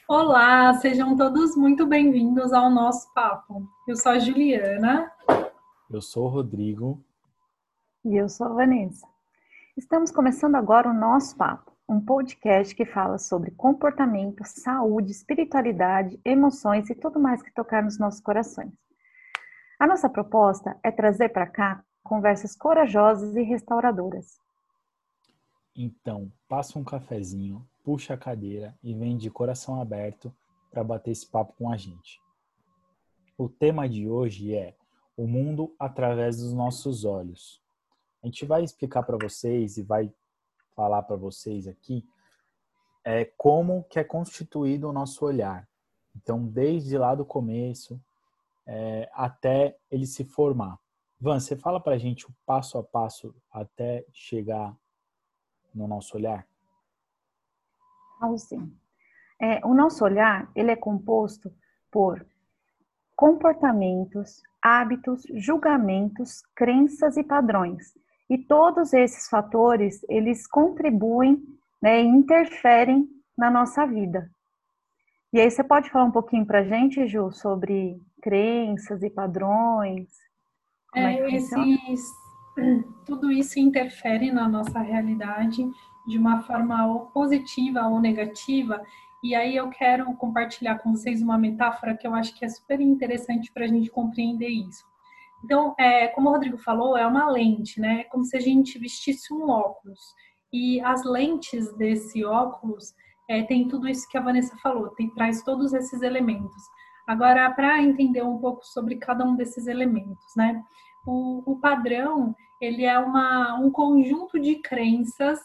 Olá, sejam todos muito bem-vindos ao nosso papo. Eu sou a Juliana. Eu sou o Rodrigo. E eu sou a Vanessa. Estamos começando agora o nosso papo, um podcast que fala sobre comportamento, saúde, espiritualidade, emoções e tudo mais que tocar nos nossos corações. A nossa proposta é trazer para cá conversas corajosas e restauradoras. Então, passa um cafezinho, puxa a cadeira e vem de coração aberto para bater esse papo com a gente. O tema de hoje é o mundo através dos nossos olhos. A gente vai explicar para vocês e vai falar para vocês aqui como que é constituído o nosso olhar. Então, desde lá do começo até ele se formar. Van, você fala para a gente o passo a passo até chegar no nosso olhar? Assim, o nosso olhar ele é composto por comportamentos, hábitos, julgamentos, crenças e padrões. E todos esses fatores, eles contribuem, né, e interferem na nossa vida. E aí você pode falar um pouquinho para a gente, Ju, sobre crenças e padrões? Como é que funciona? Tudo isso interfere na nossa realidade de uma forma ou positiva ou negativa. E aí eu quero compartilhar com vocês uma metáfora que eu acho que é super interessante para a gente compreender isso. Então, como o Rodrigo falou, é uma lente, né? É como se a gente vestisse um óculos. E as lentes desse óculos tem tudo isso que a Vanessa falou, traz todos esses elementos. Agora, para entender um pouco sobre cada um desses elementos, né? O padrão, ele é um conjunto de crenças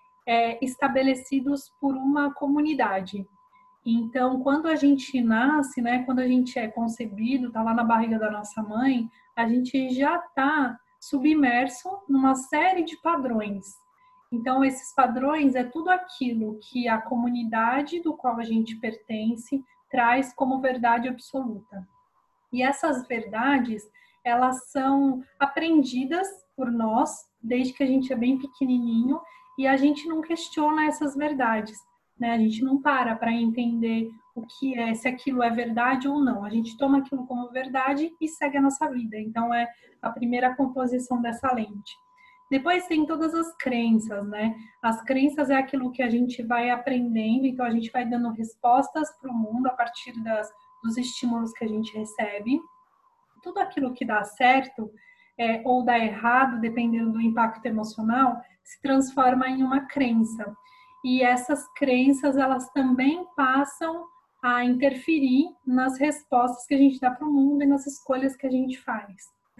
estabelecidos por uma comunidade. Então, quando a gente nasce, né, quando a gente é concebido, está lá na barriga da nossa mãe, a gente já está submerso numa série de padrões. Então, esses padrões é tudo aquilo que a comunidade do qual a gente pertence traz como verdade absoluta. E essas verdades, elas são aprendidas por nós desde que a gente é bem pequenininho e a gente não questiona essas verdades, né? A gente não para entender o que é, se aquilo é verdade ou não. A gente toma aquilo como verdade e segue a nossa vida. Então é a primeira composição dessa lente. Depois tem todas as crenças, né? As crenças é aquilo que a gente vai aprendendo, então a gente vai dando respostas para o mundo a partir dos estímulos que a gente recebe. Tudo aquilo que dá certo ou dá errado, dependendo do impacto emocional, se transforma em uma crença. E essas crenças, elas também passam a interferir nas respostas que a gente dá para o mundo e nas escolhas que a gente faz.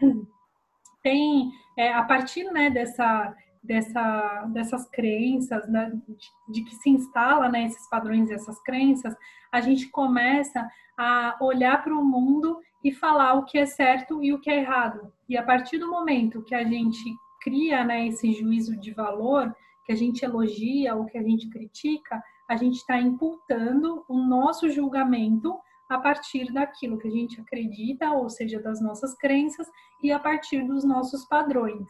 Tem, a partir, né, dessas crenças, né, de que se instala, né, esses padrões e essas crenças, a gente começa a olhar para o mundo e falar o que é certo e o que é errado. E a partir do momento que a gente cria, né, esse juízo de valor, que a gente elogia ou que a gente critica, a gente está imputando o nosso julgamento a partir daquilo que a gente acredita, ou seja, das nossas crenças, e a partir dos nossos padrões.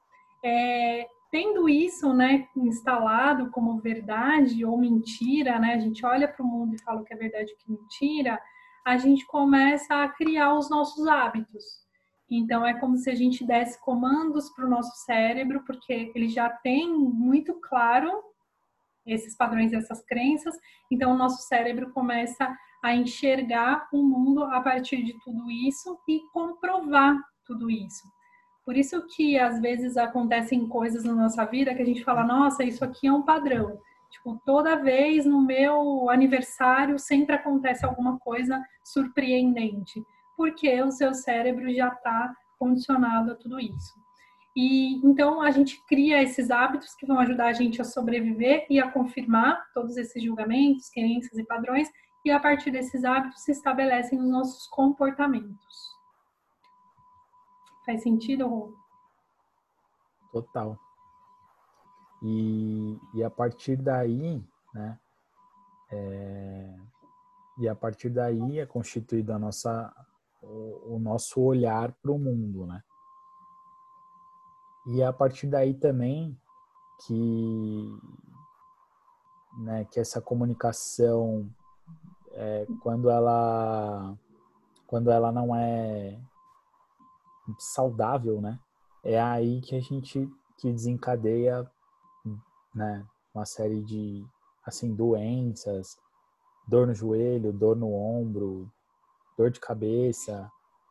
Tendo isso, né, instalado como verdade ou mentira, né, a gente olha para o mundo e fala o que é verdade e o que é mentira, a gente começa a criar os nossos hábitos. Então, é como se a gente desse comandos para o nosso cérebro, porque ele já tem muito claro esses padrões e essas crenças, então o nosso cérebro começa a enxergar o mundo a partir de tudo isso e comprovar tudo isso. Por isso que às vezes acontecem coisas na nossa vida que a gente fala, nossa, isso aqui é um padrão. Tipo, toda vez no meu aniversário sempre acontece alguma coisa surpreendente, porque o seu cérebro já está condicionado a tudo isso. E então a gente cria esses hábitos que vão ajudar a gente a sobreviver e a confirmar todos esses julgamentos, crenças e padrões, e a partir desses hábitos se estabelecem os nossos comportamentos. Faz sentido, Rô? Total. E a partir daí, né? E a partir daí é constituído o nosso olhar para o mundo, né? E é a partir daí também que, né, que essa comunicação quando ela não é saudável, né? É aí que a gente que desencadeia, né, uma série de assim doenças, dor no joelho, dor no ombro, dor de cabeça,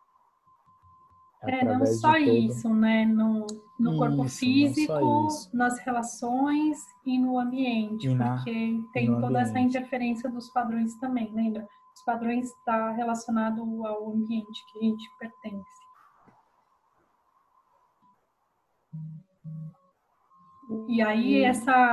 Não através de só todo isso, né? No corpo isso, não só físico, isso, nas relações e no ambiente, porque e no tem toda essa ambiente. interferência dos padrões também, lembra? Os padrões está relacionado ao ambiente que a gente pertence. E aí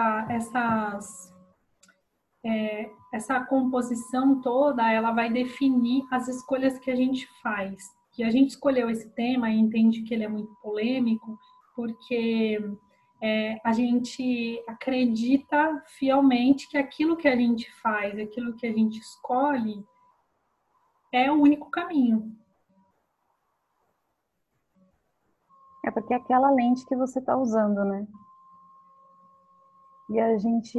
essa composição toda, ela vai definir as escolhas que a gente faz. Que a gente escolheu esse tema e entende que ele é muito polêmico, porque a gente acredita fielmente que aquilo que a gente faz, aquilo que a gente escolhe, é o único caminho. É porque é aquela lente que você está usando, né? E a gente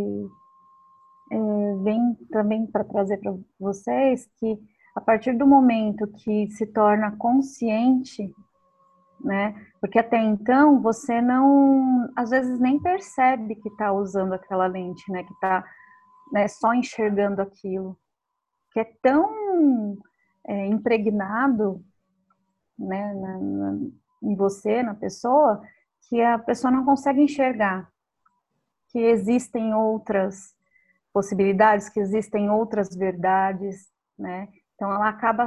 vem também para trazer para vocês que a partir do momento que se torna consciente, né? Porque até então você não, às vezes nem percebe que está usando aquela lente, né? Que está, né, só enxergando aquilo, que é tão impregnado, né, em você, na pessoa, que a pessoa não consegue enxergar que existem outras possibilidades, que existem outras verdades, né? Então ela acaba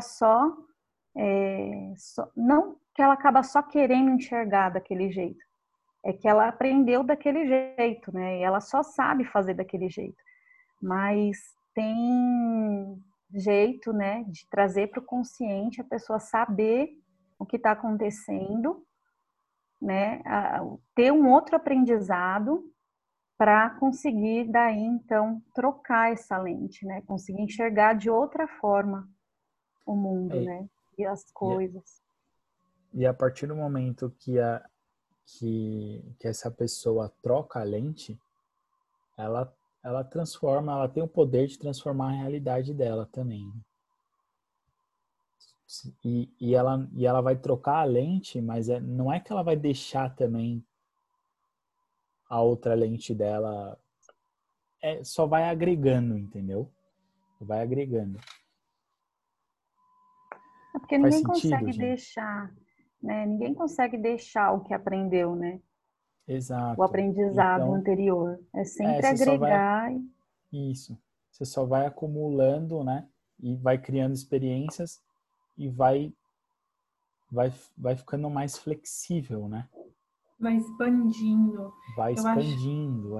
não que ela acaba só querendo enxergar daquele jeito, é que ela aprendeu daquele jeito, né? E ela só sabe fazer daquele jeito. Mas tem jeito, né, de trazer para o consciente a pessoa saber o que está acontecendo, né? Ter um outro aprendizado para conseguir daí então trocar essa lente, né? Conseguir enxergar de outra forma o mundo, É, né? E as e, coisas. e a partir do momento que essa pessoa troca a lente, ela transforma, ela tem o poder de transformar a realidade dela também. E ela vai trocar a lente, mas não é que ela vai deixar também a outra lente dela, só vai agregando, entendeu? Vai agregando. É porque Faz ninguém sentido, consegue gente? deixar, né? Ninguém consegue deixar o que aprendeu, né? O Exato. aprendizado Então, anterior. É sempre você só vai agregar. isso. Você só vai acumulando, né? E vai criando experiências e vai ficando mais flexível, né? Vai expandindo. Vai Eu acho expandindo,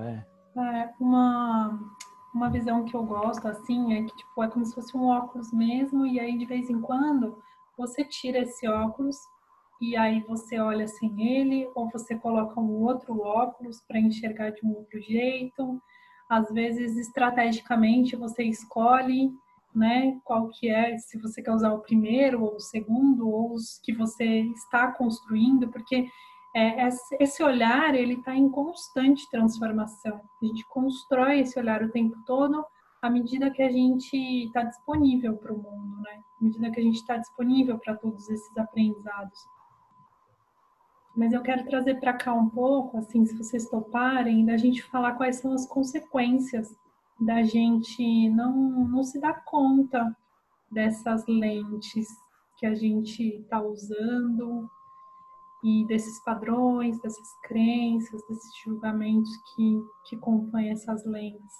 uma visão que eu gosto assim é que tipo é como se fosse um óculos mesmo e aí de vez em quando você tira esse óculos e aí você olha sem ele ou você coloca um outro óculos para enxergar de um outro jeito. Às vezes estrategicamente você escolhe, né, qual que é, se você quer usar o primeiro ou o segundo ou os que você está construindo, porque esse olhar ele está em constante transformação. A gente constrói esse olhar o tempo todo à medida que a gente está disponível para o mundo, né? À medida que a gente está disponível para todos esses aprendizados. Mas eu quero trazer para cá um pouco, assim, se vocês toparem, da gente falar quais são as consequências da gente não se dar conta dessas lentes que a gente está usando e desses padrões, dessas crenças, desses julgamentos que compõem essas lentes.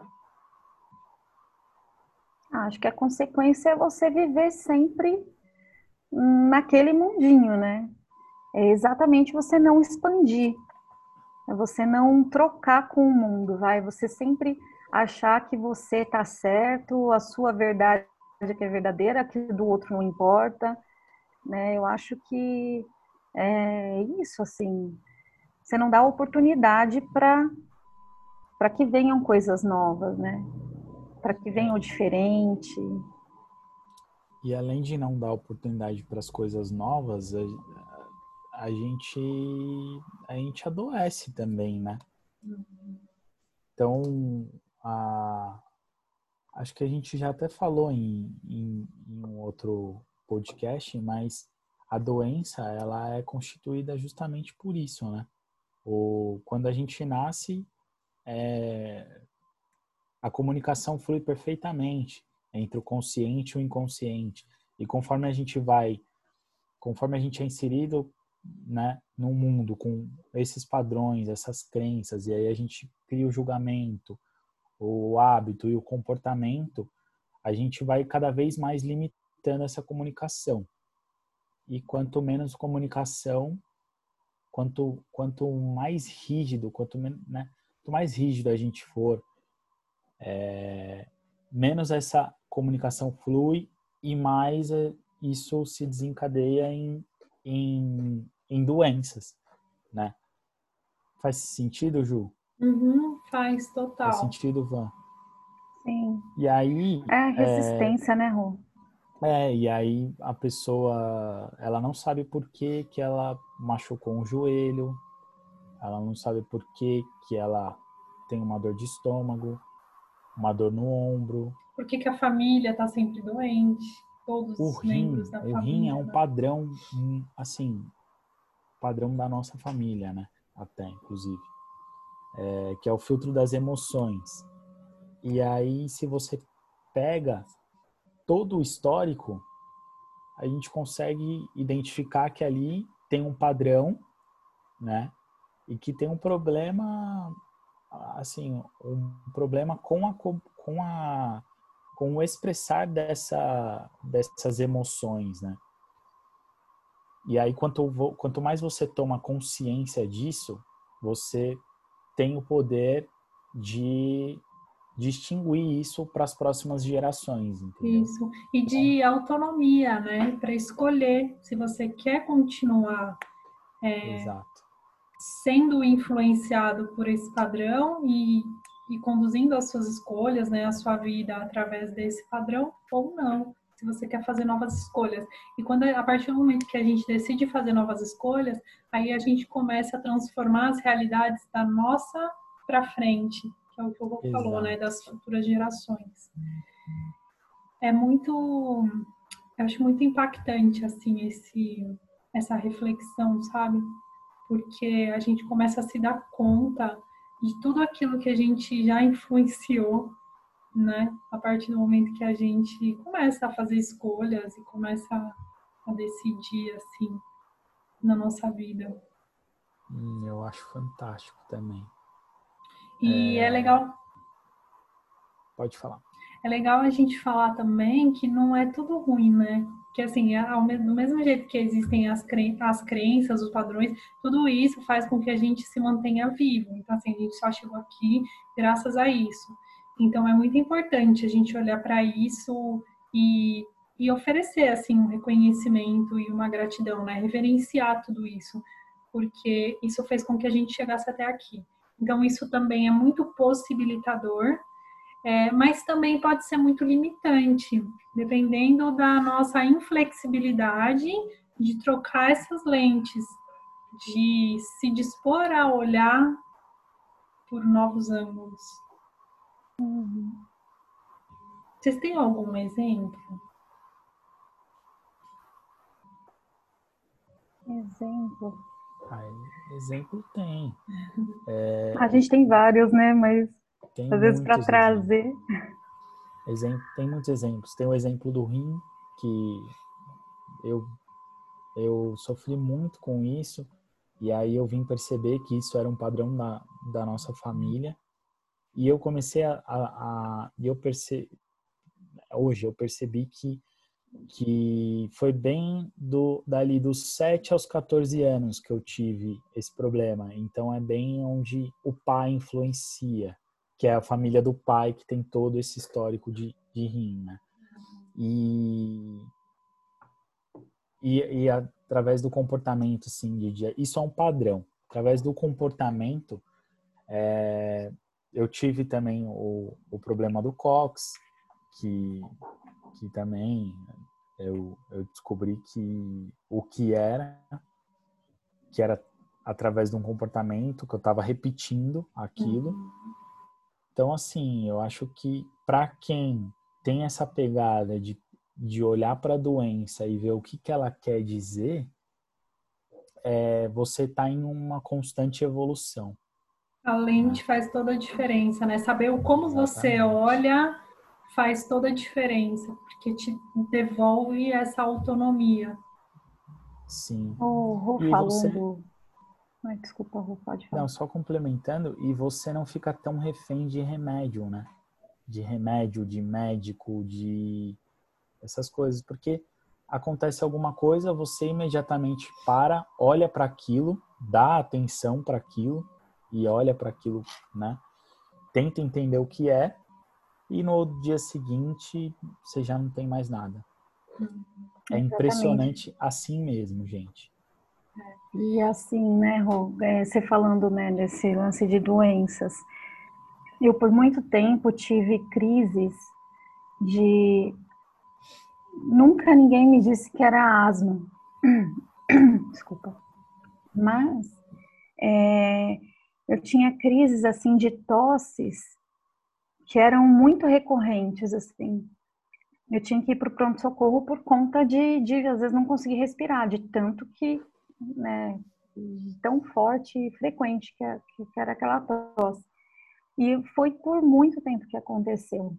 Acho que a consequência é você viver sempre naquele mundinho, né? É exatamente você não expandir, é você não trocar com o mundo, vai? Você sempre achar que você está certo, a sua verdade é que é verdadeira, que do outro não importa, né? Eu acho que é isso, assim. Você não dá oportunidade para que venham coisas novas, né? Para que é. venham diferente. E além de não dar oportunidade para as coisas novas, a gente a gente adoece também, né? Então, a, acho que a gente já até falou em um outro podcast, mas a doença, ela é constituída justamente por isso, né? Quando a gente nasce, a comunicação flui perfeitamente entre o consciente e o inconsciente. E conforme a gente é inserido, né, num mundo com esses padrões, essas crenças, e aí a gente cria o julgamento, o hábito e o comportamento, a gente vai cada vez mais limitando essa comunicação. E quanto menos comunicação, quanto mais rígido, quanto mais rígido a gente for, menos essa comunicação flui e mais isso se desencadeia em doenças, né? Faz sentido, Ju? Uhum, faz Faz total. sentido, Van? Sim. E aí, É resistência, né, Rô? e aí a pessoa, ela não sabe por que que ela machucou um joelho, ela não sabe por que que ela tem uma dor de estômago, uma dor no ombro. Por que que a família está sempre doente? Todos O os membros rim, da o rim é família, um né? padrão, assim, padrão da nossa família, né? Até, inclusive. Que é o filtro das emoções. E aí, se você pega todo o histórico, a gente consegue identificar que ali tem um padrão, né? E que tem um problema, assim, um problema com o expressar dessas emoções, né? E aí, quanto mais você toma consciência disso, você tem o poder de distinguir isso para as próximas gerações, entendeu? Isso. E de autonomia, né? Para escolher se você quer continuar Exato. sendo influenciado por esse padrão e conduzindo as suas escolhas, né? A sua vida através desse padrão ou não. Se você quer fazer novas escolhas. E a partir do momento que a gente decide fazer novas escolhas, aí a gente começa a transformar as realidades da nossa para frente, que é o que o Rô falou, né? Exato. Das futuras gerações. É muito, eu acho muito impactante assim essa reflexão, sabe? Porque a gente começa a se dar conta de tudo aquilo que a gente já influenciou, né? A partir do momento que a gente começa a fazer escolhas e começa a decidir assim na nossa vida. Eu acho fantástico também. E é legal. Pode falar. É legal a gente falar também que não é tudo ruim, né? Que assim, do mesmo jeito que existem as crenças, os padrões, tudo isso faz com que a gente se mantenha vivo. Então, assim, a gente só chegou aqui graças a isso. Então, é muito importante a gente olhar para isso e oferecer, assim, um reconhecimento e uma gratidão, né? Reverenciar tudo isso, porque isso fez com que a gente chegasse até aqui. Então, isso também é muito possibilitador, mas também pode ser muito limitante, dependendo da nossa inflexibilidade de trocar essas lentes, de se dispor a olhar por novos ângulos. Vocês têm algum exemplo? Exemplo. Exemplo tem. A gente tem vários, né? Mas Tem às vezes para muitos exemplos. trazer. Tem muitos exemplos. Tem o exemplo do rim, que eu sofri muito com isso, e aí eu vim perceber que isso era um padrão da nossa família, e eu comecei hoje eu percebi que foi bem dali dos 7 aos 14 anos que eu tive esse problema. Então é bem onde o pai influencia, que é a família do pai que tem todo esse histórico de rim, né? E através do comportamento, assim, isso é um padrão. Através do comportamento, eu tive também o problema do Cox, que também eu descobri que era através de um comportamento que eu estava repetindo aquilo. Então, assim, eu acho que para quem tem essa pegada de olhar para a doença e ver o que ela quer dizer, você está em uma constante evolução. A lente faz toda a diferença, né? Saber como você Exatamente. olha faz toda a diferença, porque te devolve essa autonomia. Sim. O Rô E você, falando... Ai, desculpa, Rô, pode não, falar. só complementando, e você não fica tão refém de remédio, né? De remédio, de médico, de essas coisas, porque acontece alguma coisa, você imediatamente para, olha para aquilo, dá atenção para aquilo e olha para aquilo, né? Tenta entender o que é e no dia seguinte você já não tem mais nada. É Exatamente. impressionante assim mesmo, gente. E assim, né, Rô, você falando, né, desse lance de doenças, eu por muito tempo tive crises de... Nunca ninguém me disse que era asma. Desculpa. Mas eu tinha crises, assim, de tosses que eram muito recorrentes, assim. Eu tinha que ir para o pronto-socorro por conta às vezes, não conseguir respirar, de tanto que, né, de tão forte e frequente que era aquela tosse. E foi por muito tempo que aconteceu.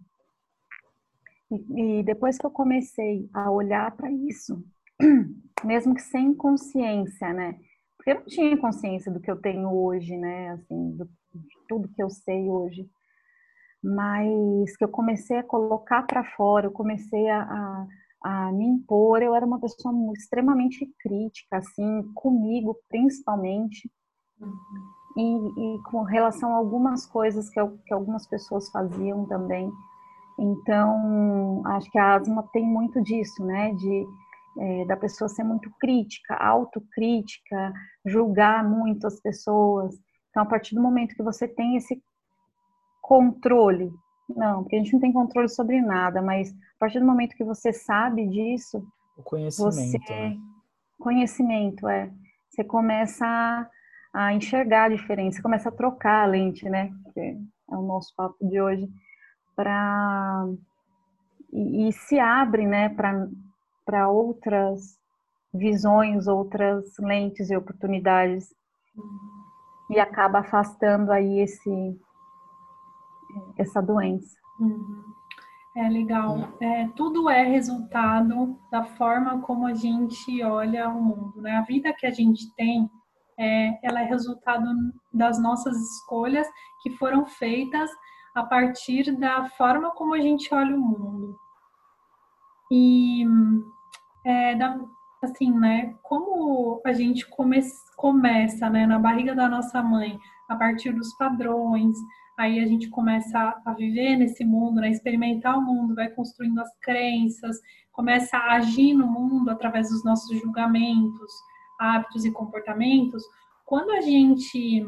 E depois que eu comecei a olhar para isso, mesmo que sem consciência, né? Porque eu não tinha consciência do que eu tenho hoje, né? Assim, de tudo que eu sei hoje. Mas que eu comecei a colocar para fora, eu comecei a me impor. Eu era uma pessoa extremamente crítica, assim, comigo principalmente, e com relação a algumas coisas que algumas pessoas faziam também. Então, acho que a asma tem muito disso, né? Da pessoa ser muito crítica, autocrítica, julgar muito as pessoas. Então, a partir do momento que você tem esse controle, não, porque a gente não tem controle sobre nada, mas a partir do momento que você sabe disso, O você... conhecimento, né? Conhecimento, você começa a enxergar a diferença, começa a trocar a lente, né? Que é o nosso papo de hoje, para e se abre, né, para outras visões, outras lentes e oportunidades, e acaba afastando aí essa doença. Uhum. É legal. Tudo é resultado da forma como a gente olha o mundo, né? A vida que a gente tem, ela é resultado das nossas escolhas que foram feitas a partir da forma como a gente olha o mundo. E assim, né? Como a gente começa, né, na barriga da nossa mãe, a partir dos padrões, aí a gente começa a viver nesse mundo, né, experimentar o mundo, vai construindo as crenças, começa a agir no mundo através dos nossos julgamentos, hábitos e comportamentos. Quando a gente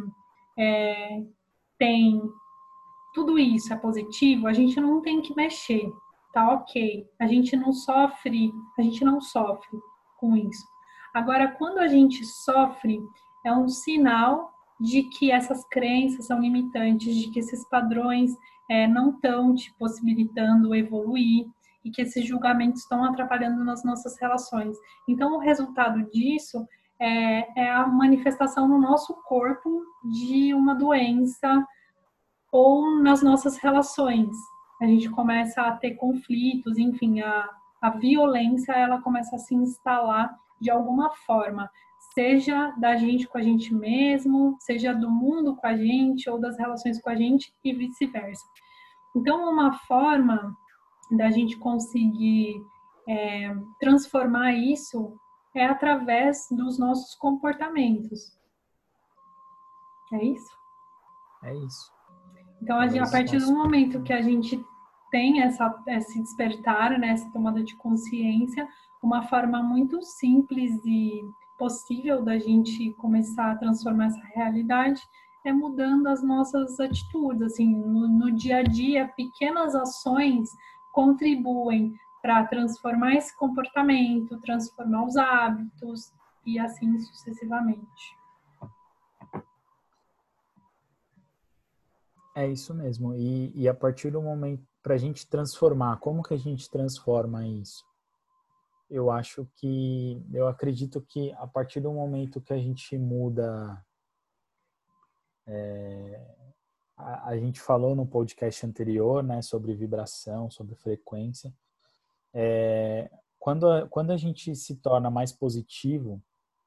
tem tudo isso é positivo, a gente não tem que mexer, tá ok. A gente não sofre com isso. Agora, quando a gente sofre, é um sinal de que essas crenças são limitantes, de que esses padrões não estão te possibilitando evoluir e que esses julgamentos estão atrapalhando nas nossas relações. Então, o resultado disso é a manifestação no nosso corpo de uma doença ou nas nossas relações. A gente começa a ter conflitos, enfim, a violência ela começa a se instalar de alguma forma, seja da gente com a gente mesmo, seja do mundo com a gente ou das relações com a gente e vice-versa. Então, uma forma da gente conseguir transformar isso é através dos nossos comportamentos. É isso? É isso. Então, a partir do momento que a gente tem esse despertar, né, essa tomada de consciência, uma forma muito simples e possível da gente começar a transformar essa realidade é mudando as nossas atitudes. Assim, no dia a dia, pequenas ações contribuem para transformar esse comportamento, transformar os hábitos e assim sucessivamente. É isso mesmo. E a partir do momento, para a gente transformar, como que a gente transforma isso? Eu acredito que a partir do momento que a gente muda, a gente falou no podcast anterior, né, sobre vibração, sobre frequência. Quando a gente se torna mais positivo,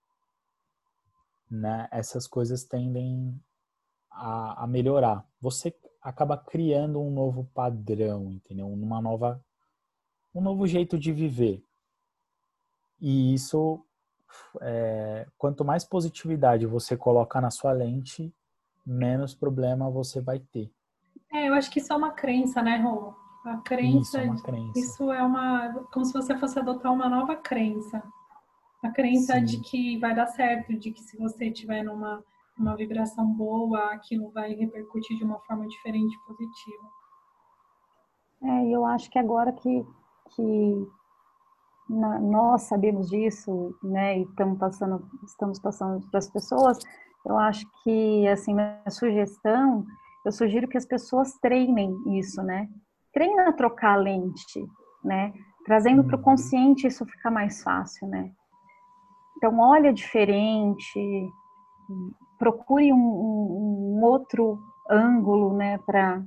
né, essas coisas tendem a melhorar. Você acaba criando um novo padrão, entendeu? Um novo jeito de viver. E isso, quanto mais positividade você colocar na sua lente, menos problema você vai ter. Eu acho que isso é uma crença, né, Rô? A Isso é crença, uma crença. isso é como se você fosse adotar uma nova crença. A crença de Sim, que vai dar certo, de que se você estiver numa vibração boa, aquilo vai repercutir de uma forma diferente e positiva. E eu acho que agora que nós sabemos disso, né, e estamos passando para as pessoas, eu acho que, assim, eu sugiro que as pessoas treinem isso, né? Treinem a trocar a lente, né? Trazendo para o uhum, consciente isso fica mais fácil, né? Então, olha diferente, procure um outro ângulo, né,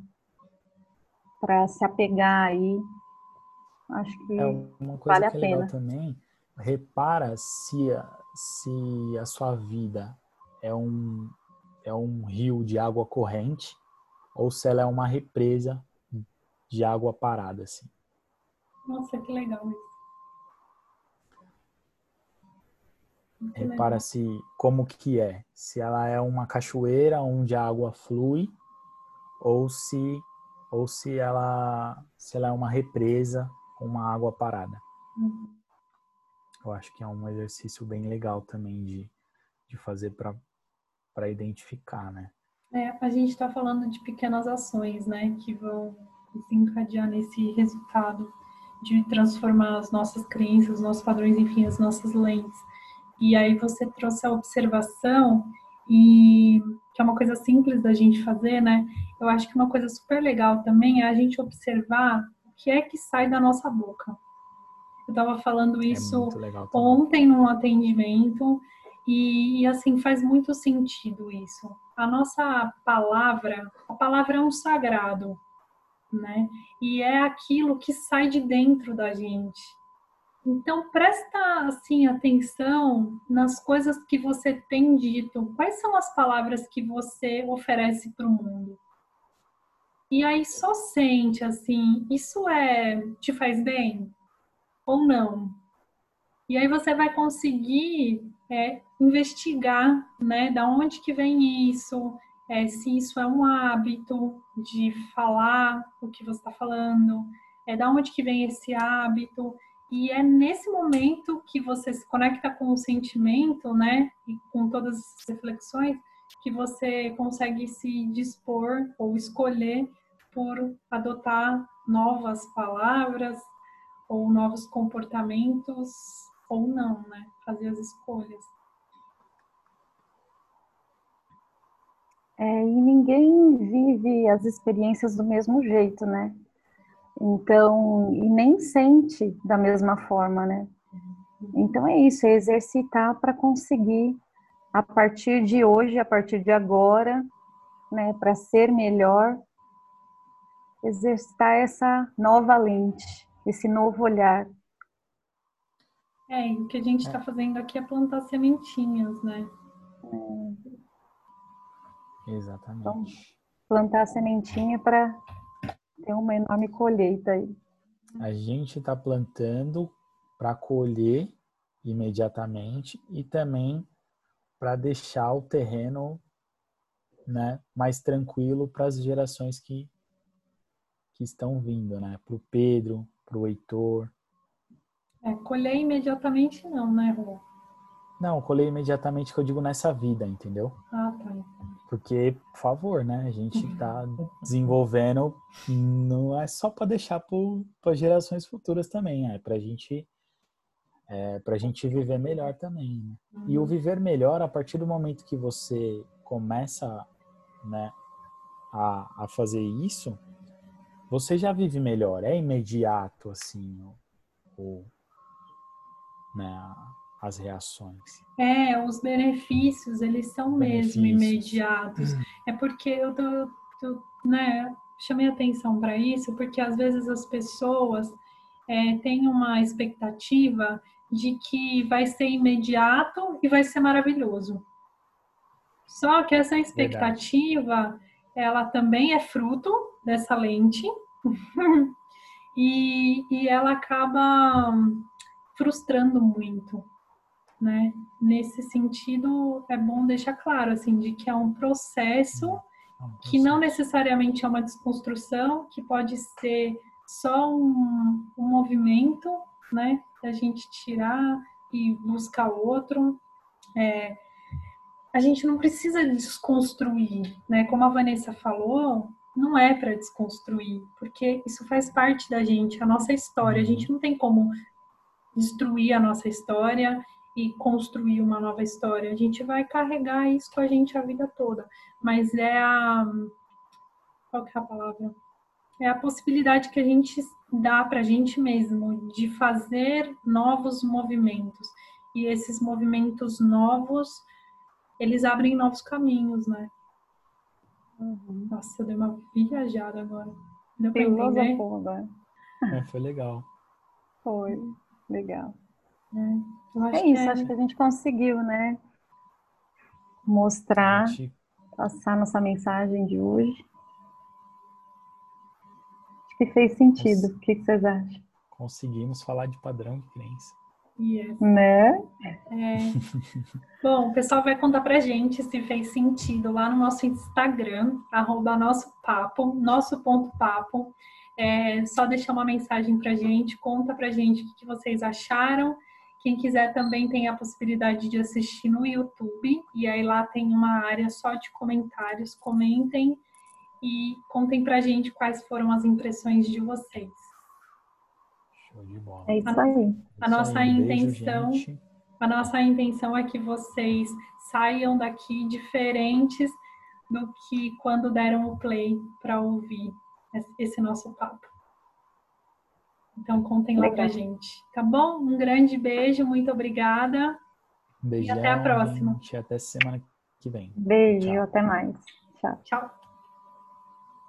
para se apegar aí. Acho é que uma coisa vale a que é legal pena. também. Repara se a sua vida é é um rio de água corrente ou se ela é uma represa de água parada, assim. Nossa, que legal isso. Muito Repara legal. se como que é, se ela é uma cachoeira onde a água flui ou se ela é uma represa com uma água parada. Uhum. Eu acho que é um exercício bem legal também de fazer para identificar, né? A gente está falando de pequenas ações, né, que vão desencadear nesse resultado de transformar as nossas crenças, os nossos padrões, enfim, as nossas lentes. E aí você trouxe a observação e que é uma coisa simples da gente fazer, né? Eu acho que uma coisa super legal também é a gente observar o que é que sai da nossa boca. Eu estava falando É isso muito legal também. ontem num atendimento e assim faz muito sentido isso. A nossa palavra, a palavra é um sagrado, né? E é aquilo que sai de dentro da gente. Então presta assim atenção nas coisas que você tem dito. Quais são as palavras que você oferece para o mundo? E aí só sente assim, isso te faz bem ou não? E aí você vai conseguir investigar, né, da onde que vem isso, se isso é um hábito de falar o que você está falando, da onde que vem esse hábito. E é nesse momento que você se conecta com o sentimento, né, e com todas as reflexões, que você consegue se dispor ou escolher por adotar novas palavras ou novos comportamentos ou não, né? Fazer as escolhas. E ninguém vive as experiências do mesmo jeito, né? Então, e nem sente da mesma forma, né? Então é isso, é exercitar para conseguir, a partir de hoje, a partir de agora, né, para ser melhor, exercitar essa nova lente, esse novo olhar. E o que a gente está É, fazendo aqui é plantar sementinhas, né? Então, exatamente. plantar a sementinha para ter uma enorme colheita aí. A gente está plantando para colher imediatamente e também para deixar o terreno, né, mais tranquilo para as gerações que estão vindo, né? Para o Pedro, para o Heitor. Colher imediatamente não, né, Rô? Não, colher imediatamente que eu digo nessa vida, entendeu? Ah, tá. Porque, por favor, né? A gente está desenvolvendo, não é só para deixar para gerações futuras também, para a gente viver melhor também. Né? E o viver melhor, a partir do momento que você começa, né, a fazer isso, você já vive melhor. É imediato, assim, né, as reações. Os benefícios, eles são mesmo Benefícios. imediatos. É porque né, chamei atenção para isso, porque às vezes as pessoas têm uma expectativa de que vai ser imediato e vai ser maravilhoso. Só que essa Verdade. expectativa, ela também é fruto dessa lente e ela acaba frustrando muito, né? Nesse sentido, é bom deixar claro, assim, de que é um processo É um que não processo. necessariamente é uma desconstrução, que pode ser só um movimento, né? Da gente tirar e buscar outro. A gente não precisa desconstruir, né? Como a Vanessa falou, não é para desconstruir, porque isso faz parte da gente, a nossa história. A gente não tem como destruir a nossa história e construir uma nova história. A gente vai carregar isso com a gente a vida toda. Mas qual que é a palavra? É a possibilidade que a gente dá para a gente mesmo de fazer novos movimentos. E esses movimentos novos, eles abrem novos caminhos, né? Nossa, eu dei uma viajada agora. Deu para entender? Filosofou agora. Foi legal. Foi legal. Eu É acho que isso, acho que a gente conseguiu, né? Mostrar, A gente passar nossa mensagem de hoje. Acho que fez sentido. O que vocês acham? conseguimos falar de padrão de crença. yes. Né? Bom, o pessoal vai contar pra gente se fez sentido lá no nosso Instagram, @nosso.papo. É só deixar uma mensagem pra gente, conta pra gente o que vocês acharam. Quem quiser também tem a possibilidade de assistir no YouTube, e aí lá tem uma área só de comentários. Comentem e contem pra gente quais foram as impressões de vocês. Show de bola. É isso aí. A nossa Beijo, intenção gente. A nossa intenção é que vocês saiam daqui diferentes do que quando deram o play para ouvir esse nosso papo. Então, contem lá pra gente, tá bom? Um grande beijo, muito obrigada e até a Beijão, próxima. gente. Até semana que vem. Beijo, Tchau. até mais. Tchau. Tchau.